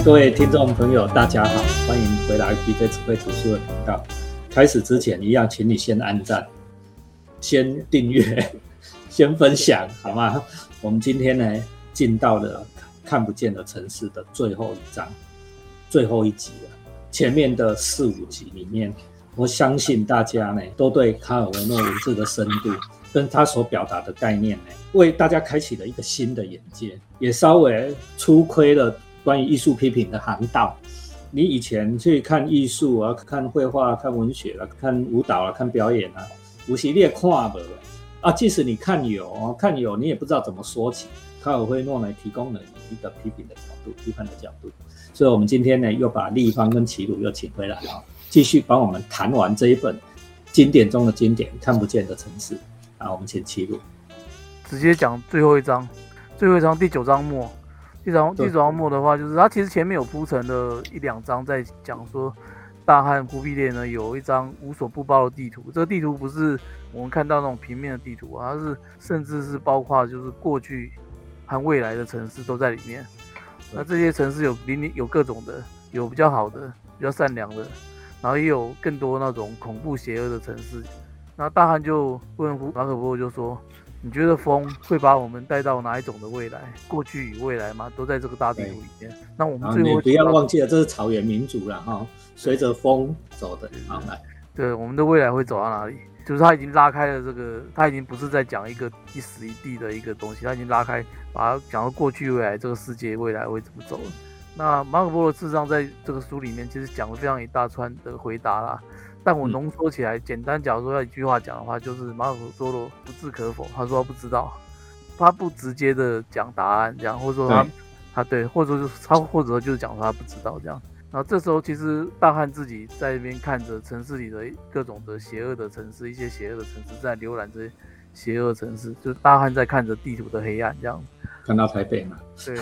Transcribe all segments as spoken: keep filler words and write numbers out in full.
各位听众朋友大家好，欢迎回来 B J 智慧图书的频道。开始之前一样，请你先按赞，先订阅，先分享，好吗？我们今天呢进到了看不见的城市的最后一章，最后一集了。前面的四五集里面，我相信大家呢都对卡尔维诺文字的深度跟他所表达的概念呢，为大家开启了一个新的眼界，也稍微出窥了关于艺术批评的航道。你以前去看艺术啊，看绘画、看文学啊、看舞蹈啊、看表演啊，有时你也看不啊。即使你看有看有，你也不知道怎么说起。卡尔维诺呢提供了一个批评的角度、批判的角度，所以我们今天呢又把立方跟齐鲁又请回来了，继续帮我们谈完这一本经典中的经典《看不见的城市》。好，我们请齐鲁直接讲最后一章，最后一章第九章末。第九第九章末的话，就是他其实前面有铺陈了一两章，在讲说大汉忽必烈呢有一张无所不包的地图。这个地图不是我们看到那种平面的地图啊，它是甚至是包括就是过去和未来的城市都在里面。那这些城市有有各种的，有比较好的、比较善良的，然后也有更多那种恐怖邪恶的城市。那大汉就问马可波罗就说：“你觉得风会把我们带到哪一种的未来？过去与未来嘛，都在这个大地图里面。那我们最后你不要忘记了，这是草原民族了哈，随着风走的。好，来， 对，我们的未来会走到哪里？就是他已经拉开了这个，他已经不是在讲一个一时一地的一个东西，他已经拉开，把它讲到过去、未来这个世界未来会怎么走了。那马可波罗事实上在这个书里面其实讲了非常一大串的回答啦。”但我浓缩起来，简单假如说要一句话讲的话，就是马可波罗不置可否，他说他不知道，他不直接的讲答案，这样，或者说他对他对，或者说他或者就是讲说他不知道这样。然后这时候其实大汉自己在那边看着城市里的各种的邪恶的城市，一些邪恶的城市在浏览这些邪恶城市，就是大汉在看着地图的黑暗这样。 看到台北嘛？ 对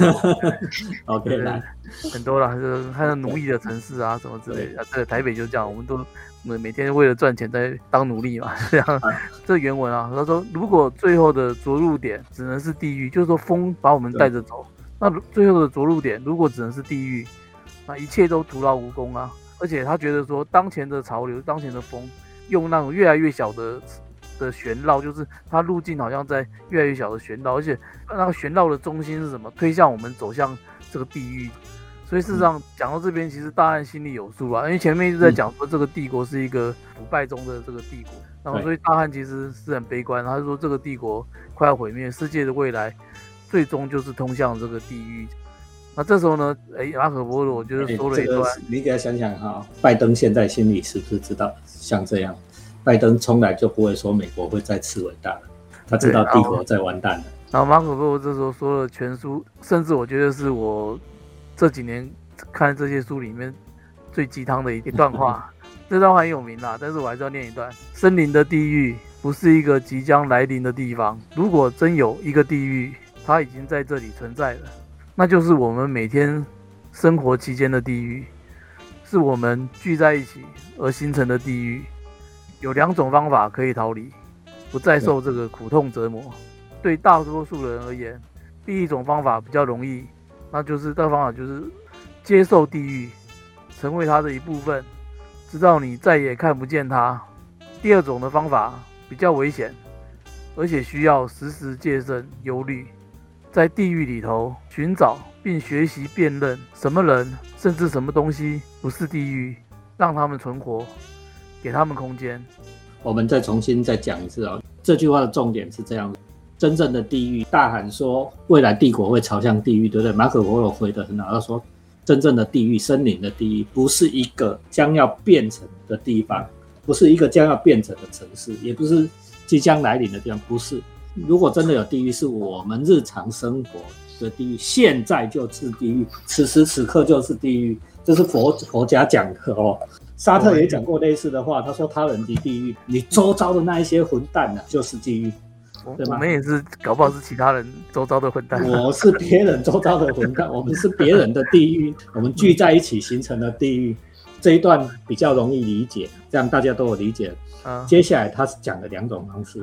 ，OK， 来，很多啦，还有奴役的城市啊，什么之类的。对，台北就这样，我们都每天为了赚钱在当奴隶嘛，这样。这原文啊，他说，如果最后的着陆点只能是地狱，就是说风把我们带着走，那最后的着陆点如果只能是地狱，那一切都徒劳无功啊。而且他觉得说，当前的潮流，当前的风，用那种越来越小的。的旋绕，就是它路径好像在越来越小的旋绕，而且那个旋绕的中心是什么？推向我们走向这个地狱。所以事实上讲到这边，其实大汉心里有数啊，因为前面一直在讲说这个帝国是一个腐败中的这个帝国，然后所以大汉其实是很悲观，他就说这个帝国快要毁灭，世界的未来最终就是通向这个地狱。那这时候呢，哎，马可波罗就是说了一段， 欸这个、你给他想想哈，拜登现在心里是不是知道像这样？拜登从来就不会说美国会再次伟大了，他知道帝国在完蛋了。 然后马可波罗这时候说了全书，甚至我觉得是我这几年看这些书里面最鸡汤的一段话。这段话很有名啦，但是我还是要念一段：森林的地狱不是一个即将来临的地方，如果真有一个地狱，它已经在这里存在了，那就是我们每天生活期间的地狱，是我们聚在一起而形成的地狱。有两种方法可以逃离，不再受这个苦痛折磨。对大多数人而言，第一种方法比较容易，那就是这个方法就是接受地狱，成为它的一部分，直到你再也看不见它。第二种的方法比较危险，而且需要时时戒慎忧虑，在地狱里头寻找并学习辨认什么人甚至什么东西不是地狱，让他们存活。给他们空间。 我们再重新再讲一次哦，这句话的重点是这样：真正的地狱，大喊说未来帝国会朝向地狱，对不对？马可波罗回得很好，他说真正的地狱，森林的地狱，不是一个将要变成的地方，不是一个将要变成的城市，也不是即将来临的地方，不是。如果真的有地狱，是我们日常生活的地狱，现在就是地狱，此时此刻就是地狱，这是佛佛家讲的哦。沙特也讲过类似的话，他说他人即地狱，你周遭的那一些混蛋啊，就是地狱，对吗？ 我们也是，搞不好是其他人周遭的混蛋。 我是别人周遭的混蛋，我们是别人的地狱，我们聚在一起形成了地狱。这一段比较容易理解，这样大家都有理解。嗯、接下来他讲了两种方式，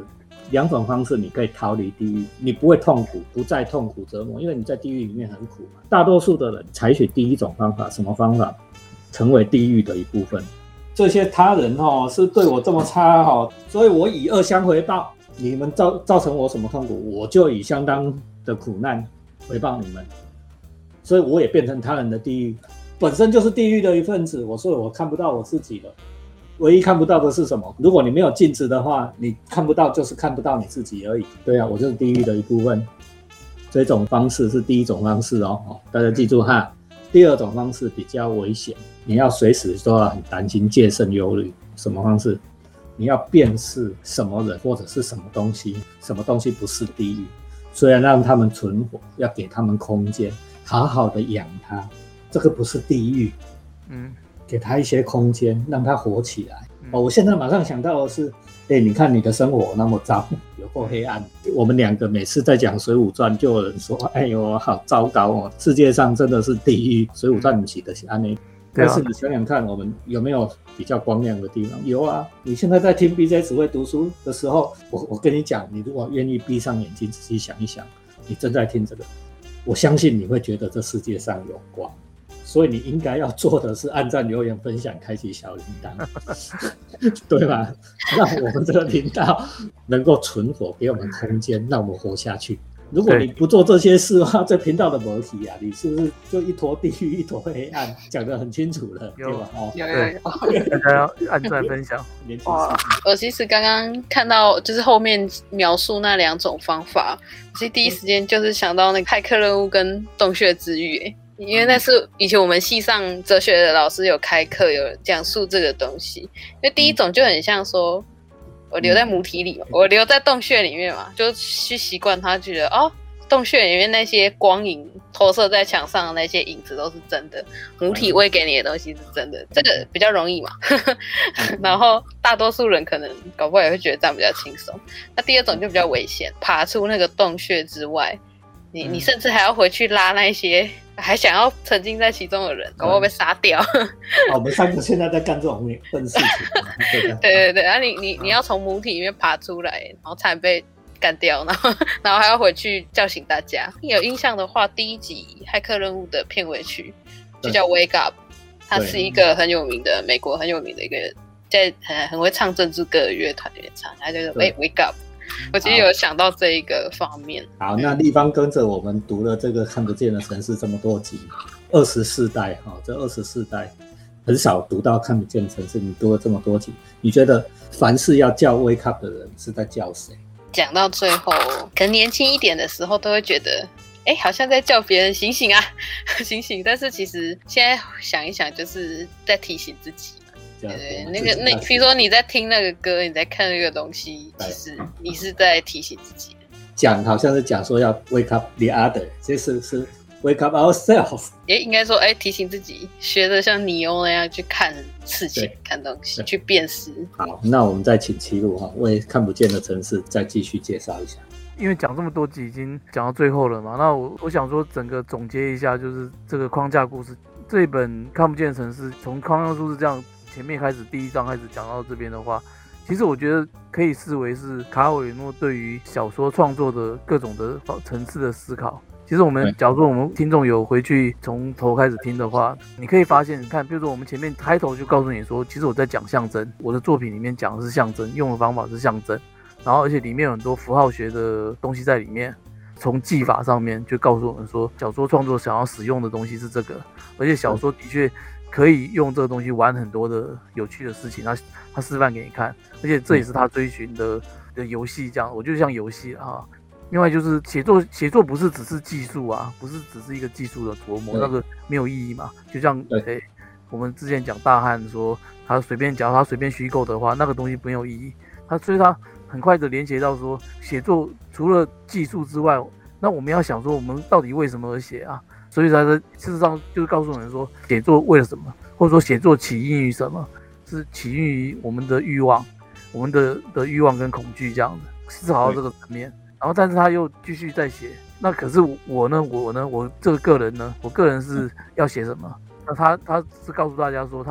两种方式你可以逃离地狱，你不会痛苦，不再痛苦折磨，因为你在地狱里面很苦嘛。大多数的人采取第一种方法，什么方法？成为地狱的一部分。这些他人哦是对我这么差哦，所以我以恶相回报。你们造造成我什么痛苦，我就以相当的苦难回报你们。所以我也变成他人的地狱，本身就是地狱的一份子。我说我看不到我自己了，唯一看不到的是什么？如果你没有镜子的话，你看不到就是看不到你自己而已。对啊，我就是地狱的一部分。这种方式是第一种方式哦，大家记住哈。第二种方式比较危险，你要随时都要很担心、戒慎忧虑。什么方式？你要辨识什么人或者是什么东西，什么东西不是地狱，虽然让他们存活，要给他们空间，好好的养它，这个不是地狱，嗯，给他一些空间，让他活起来。嗯哦、我现在马上想到的是，哎，你看你的生活那么糟，有够黑暗。我们两个每次在讲《水浒传》，就有人说，哎呦，好糟糕哦，世界上真的是地狱。《水浒传》不是就是这样。但是你想想看，我们有没有比较光亮的地方？有啊！你现在在听 B J 只会读书的时候，我我跟你讲，你如果愿意闭上眼睛仔细想一想，你正在听这个，我相信你会觉得这世界上有光。所以你应该要做的是按赞、留言、分享、开启小铃铛，对吧？让我们这个频道能够存活，给我们空间，让我们活下去。如果你不做这些事的话，这频道的没题啊，你是不是就一坨地狱一坨黑暗？讲得很清楚了，对吧？哦， 有有有， 大家要按赞分享。 哇，我其实刚刚看到就是后面描述那两种方法，其实第一时间就是想到那个骇客任务跟洞穴之狱、欸，因为那是以前我们系上哲学的老师有开课有讲述这个东西。因为第一种就很像说，我留在母体里嘛，我留在洞穴里面嘛，就去习惯它，觉得哦，洞穴里面那些光影投射在墙上的那些影子都是真的，母体喂给你的东西是真的，这个比较容易嘛。然后大多数人可能搞不好也会觉得这样比较轻松。那第二种就比较危险，爬出那个洞穴之外，你你甚至还要回去拉那些还想要沉浸在其中的人，搞不好被杀掉。 哦、我们三个现在在干这种笨事情。对对对对，啊、你你你要从母体里面爬出来，然后才被干掉，然后然后还要回去叫醒大家。你有印象的话，第一集骇客任务的片尾曲就叫 Wake Up， 它是一个很有名的美国很有名的一个在很很会唱政治歌的乐团乐唱，它就是 Wake Up。我其实有想到这一个方面。 好，那立方跟着我们读了这个看不见的城市这么多集，二十四代哈，这二十四代很少读到看不见的城市，你读了这么多集，你觉得凡是要叫 Wake Up 的人是在叫谁？ 讲到最后，可能年轻一点的时候都会觉得，哎，好像在叫别人醒醒啊，醒醒。但是其实现在想一想，就是在提醒自己。对对，那个那，比如说你在听那个歌，你在看那个东西，其实你是在提醒自己的。 讲好像是讲说要 wake up the other， 其实是 wake up ourselves。 也应该说，哎，提醒自己，学着像尼欧那样去看事情、看东西，去辨识。 好，那我们再请齐鲁哈，为看不见的城市再继续介绍一下。 因为讲这么多集已经讲到最后了嘛，那我我想说整个总结一下，就是这个框架故事，这一本看不见的城市，从框架故事这样。前面开始第一章开始讲到这边的话，其实我觉得可以视为是卡尔维诺对于小说创作的各种的层次的思考。其实我们假如说我们听众有回去从头开始听的话，你可以发现，你看，比如说我们前面开头就告诉你说，其实我在讲象征，我的作品里面讲的是象征，用的方法是象征，然后而且里面有很多符号学的东西在里面。从技法上面就告诉我们说，小说创作想要使用的东西是这个，而且小说的确可以用这个东西玩很多的有趣的事情，他他示范给你看，而且这也是他追寻的的游戏，这样我觉得像游戏啊。另外就是写作，写作不是只是技术啊，不是只是一个技术的琢磨，那个没有意义嘛。就像诶，我们之前讲大汉说，他随便讲他随便虚构的话，那个东西没有意义。他所以他很快的连接到说，写作除了技术之外，那我们要想说，我们到底为什么而写啊？所以他的事实上就是告诉我们说，写作为了什么，或者说写作起因于什么，是起因于我们的欲望，我们的的欲望跟恐惧这样子，思考到这个层面。然后，但是他又继续在写。那可是我呢？我呢？我这个个人呢？我个人是要写什么？那他他是告诉大家说，他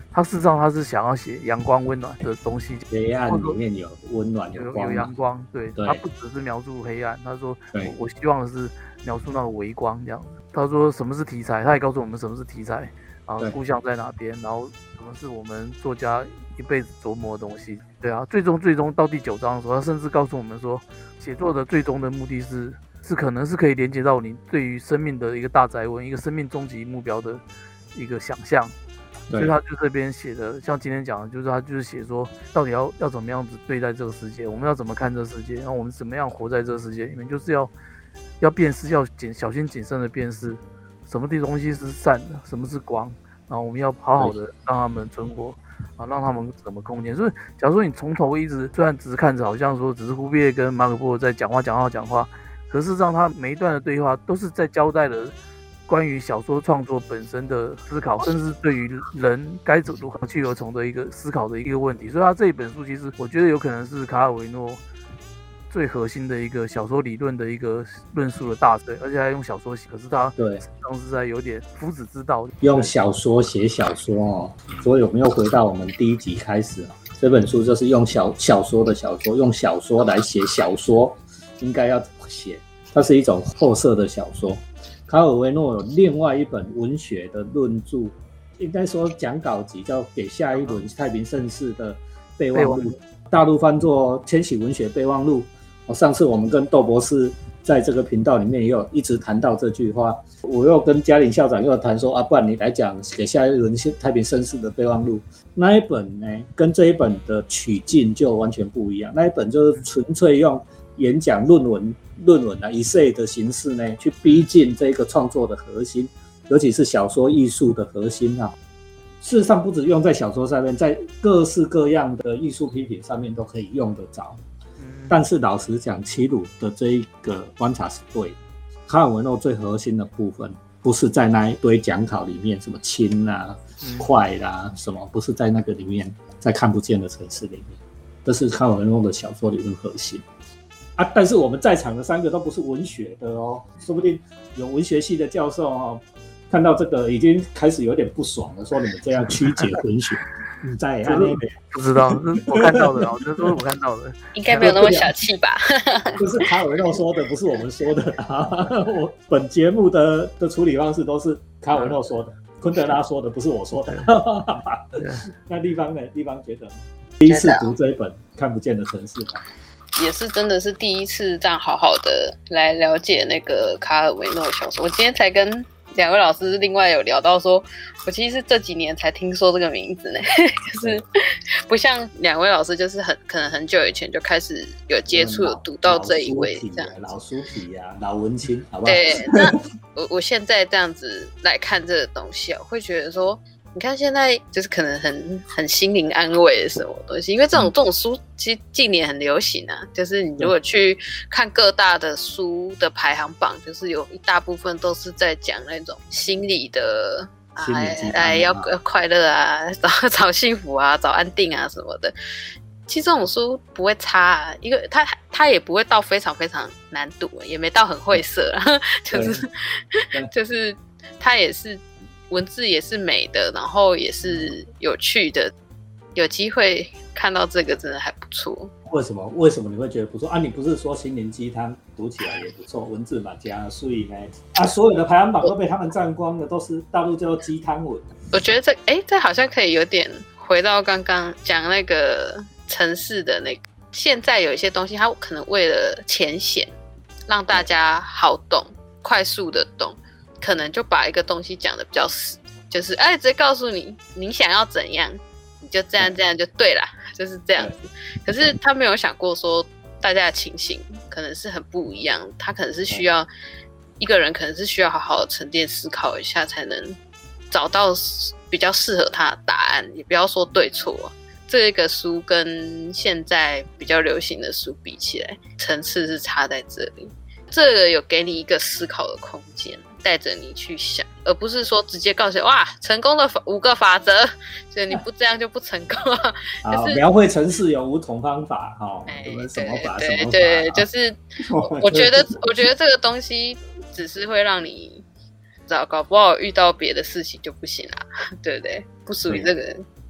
他事实上他是想要写阳光温暖的东西， 黑暗里面有温暖有光， 有阳光，对， 对， 他不只是描述黑暗，他说我我希望的是描述那个微光这样子。他说什么是题材，他也告诉我们什么是题材，然后故乡在哪边，然后什么是我们作家一辈子琢磨的东西。对啊，最终最终到第九章的时候，他甚至告诉我们说，写作的最终的目的是是可能是可以连接到你对于生命的一个大宅文，一个生命终极目标的一个想象。所以他就这边写的，像今天讲的，就是他就是写说，到底要要怎么样子对待这个世界，我们要怎么看这个世界，然后我们怎么样活在这个世界里面，就是要要辨识，要谨小心谨慎的辨识，什么东西是善的，什么是光，然后我们要好好的让他们存活，啊，让他们什么空间。所以，假如说你从头一直虽然只是看着好像说只是忽必烈跟马可波罗在讲话讲话讲话，可是让他每一段的对话都是在交代了关于小说创作本身的思考，甚至对于人该如何去而从的一个思考的一个问题。所以他这一本书其实我觉得有可能是卡尔维诺最核心的一个小说理论的一个论述的大成，而且还用小说写，可是他对当时在有点夫子之道， 用小说写小说哦。所以我们又回到我们第一集开始，这本书就是用小小说的小说，用小说来写小说应该要怎么写，它是一种后设的小说。卡尔维诺有另外一本文学的论著，应该说讲稿集，叫《给下一轮太平盛世的备忘录》，大陆翻作《千禧文学备忘录》。上次我们跟窦博士在这个频道里面也有一直谈到这句话，我又跟嘉玲校长又谈说啊，不然你来讲《给下一轮太平盛世的备忘录》那一本呢，跟这一本的取径就完全不一样。那一本就是纯粹用演讲论文。论文啊 essay 的形式呢，去逼近这个创作的核心，尤其是小说艺术的核心啊。事实上，不止用在小说上面，在各式各样的艺术批评上面都可以用得着。但是老实讲，齐鲁的这一个观察是对的。卡尔维诺最核心的部分，不是在那一堆讲稿里面，什么轻啊、快啦、什么，不是在那个里面，在看不见的城市里面，这是卡尔维诺的小说理论核心。啊！但是我们在场的三个都不是文学的哦，说不定有文学系的教授哦，看到这个已经开始有点不爽了，说你们这样曲解文学。你在那边不知道，我看到的，这都是我看到的， 应该没有那么小气吧？ 这是卡尔维诺说的，不是我们说的啊。我本节目的的处理方式都是卡尔维诺说的，昆德拉说的，不是我说的。那地方呢？地方觉得第一次读这一本《看不见的城市》。 也是真的是第一次这样好好的来了解那个卡尔维诺小说。我今天才跟两位老师另外有聊到说，我其实是这几年才听说这个名字呢，就是不像两位老师，就是很可能很久以前就开始有接触、有读到这一位这样。 老书皮啊，老文青，好不好？ 对，那我我现在这样子来看这个东西啊，我会觉得说。你看现在就是可能很很心灵安慰的什么东西，因为这种这种书其实近年很流行啊。就是你如果去看各大的书的排行榜，就是有一大部分都是在讲那种心理的，哎哎要要快乐啊，找找幸福啊，找安定啊什么的。其实这种书不会差啊，因为它它也不会到非常非常难读，也没到很晦涩啊，就是就是它也是。文字也是美的，然后也是有趣的，有机会看到这个真的还不错。 为什么？为什么你会觉得不错啊？你不是说心灵鸡汤读起来也不错，文字嘛加所以呢啊，所有的排行榜都被他们占光的，都是大陆叫鸡汤文。 我觉得这哎，这好像可以有点回到刚刚讲那个城市的那个，现在有一些东西，它可能为了浅显，让大家好懂，快速的懂。可能就把一个东西讲的比较死，就是哎，直接告诉你你想要怎样，你就这样这样就对啦，就是这样子。可是他没有想过说大家的情形可能是很不一样，他可能是需要一个人可能是需要好好的沉淀思考一下，才能找到比较适合他的答案，也不要说对错。这个书跟现在比较流行的书比起来，层次是差在这里。这个有给你一个思考的空间，带着你去想，而不是说直接告诉你哇，成功的五个法则，所以你不这样就不成功啊。就是描绘程式有五种方法哈，有没有什么法？ 对对对，就是我我觉得我觉得这个东西只是会让你，知道搞不好遇到别的事情就不行啦，对不对？不属于这个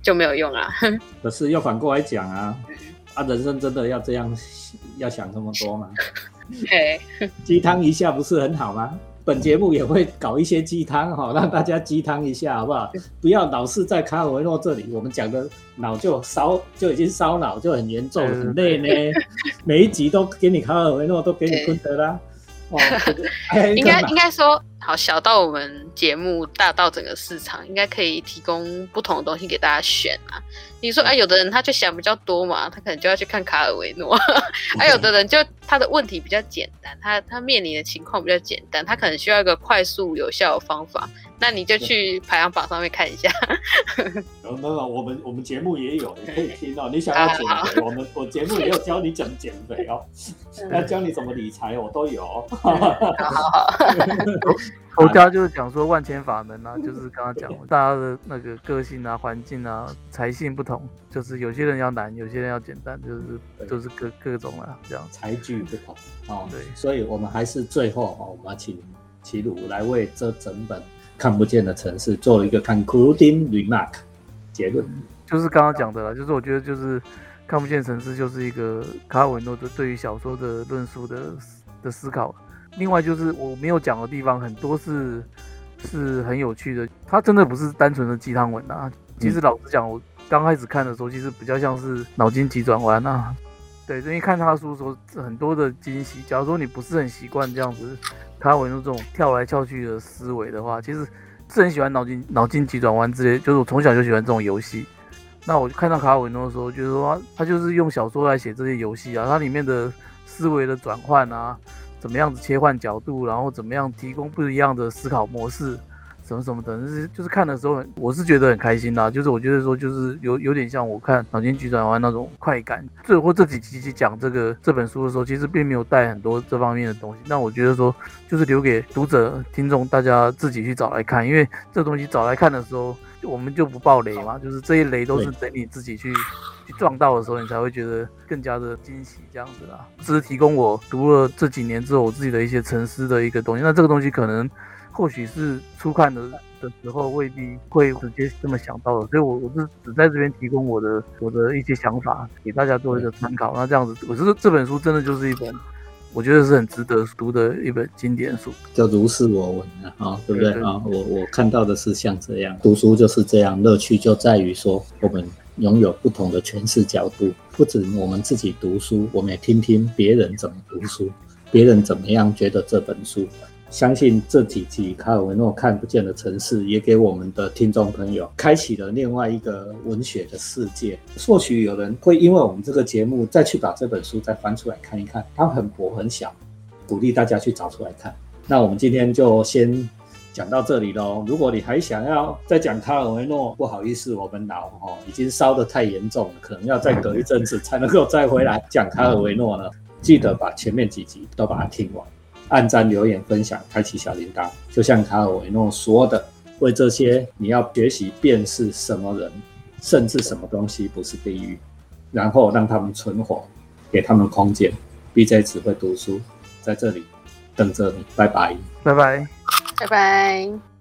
就没有用啦。 可是又反过来讲啊，啊，人生真的要这样要想这么多吗？鸡汤一下不是很好吗？本节目也会搞一些鸡汤哈，让大家鸡汤一下好不好？不要老是在卡尔维诺这里，我们讲的脑就烧就已经烧脑就很严重很累呢。每一集都给你卡尔维诺，都给你昆德拉。哦， 应该应该说，好，小到我们节目，大到整个市场，应该可以提供不同的东西给大家选啊。你说啊，有的人他就想比较多嘛，他可能就要去看卡尔维诺；啊，有的人就他的问题比较简单，他他面临的情况比较简单，他可能需要一个快速有效的方法。那你就去排行榜上面看一下。 没有没有，我们我们节目也有，你可以听哦。你想要减肥，我们我节目也有教你怎么减肥哦，要教你怎么理财，我都有。好好好。 佛家就是讲说万千法门啊，就是刚刚讲大家的那个个性啊、环境啊、财性不同，就是有些人要难，有些人要简单，就是就是各各种啊这样。 财具不同哦， 对， 所以我们还是最后哦，我们要请齐鲁来为这整本看不见的城市做一个 concluding remark 结论。 就是刚刚讲的啦，就是我觉得就是看不见城市就是一个卡尔维诺的对于小说的论述的的思考。另外就是我没有讲的地方很多是是很有趣的，它真的不是单纯的鸡汤文啊。其实老实讲，我刚开始看的时候，其实比较像是脑筋急转弯啊。对，因为看他的书的时候，很多的惊喜。假如说你不是很习惯这样子卡尔维诺这种跳来跳去的思维的话，其实是很喜欢脑筋脑筋急转弯之类，就是我从小就喜欢这种游戏。那我看到卡尔维诺的时候，就是说他就是用小说来写这些游戏啊，它里面的思维的转换啊，怎么样子切换角度，然后怎么样提供不一样的思考模式，什么什么的，就是就是看的时候，我是觉得很开心啦。就是我觉得说，就是有有点像我看脑筋急转弯那种快感。这或这几集讲这个这本书的时候，其实并没有带很多这方面的东西。那我觉得说，就是留给读者、听众大家自己去找来看，因为这东西找来看的时候，我们就不爆雷嘛。就是这些雷都是等你自己去去撞到的时候，你才会觉得更加的惊喜这样子啦。只是提供我读了这几年之后我自己的一些沉思的一个东西。那这个东西可能或许是初看的的时候未必会直接这么想到的，所以我我是只在这边提供我的我的一些想法给大家做一个参考。那这样子，我觉得这本书真的就是一本我觉得是很值得读的一本经典书， 就如是我闻啊、哦，对不对啊？我我看到的是像这样，读书就是这样，乐趣就在于说我们拥有不同的诠释角度，不止我们自己读书，我们也听听别人怎么读书，别人怎么样觉得这本书。相信这几集卡尔维诺看不见的城市也给我们的听众朋友开启了另外一个文学的世界。或许有人会因为我们这个节目再去把这本书再翻出来看一看，它很薄很小，鼓励大家去找出来看。那我们今天就先讲到这里咯。如果你还想要再讲卡尔维诺，不好意思，我们脑、哦、已经烧得太严重了，可能要再隔一阵子才能够再回来讲卡尔维诺呢。记得把前面几集都把它听完，按赞、留言、分享、开启小铃铛，就像卡尔维诺说的，为这些你要学习辨识什么人，甚至什么东西不是地狱，然后让他们存活，给他们空间。B J 只会读书，在这里等着你，拜拜， 拜拜， 拜拜。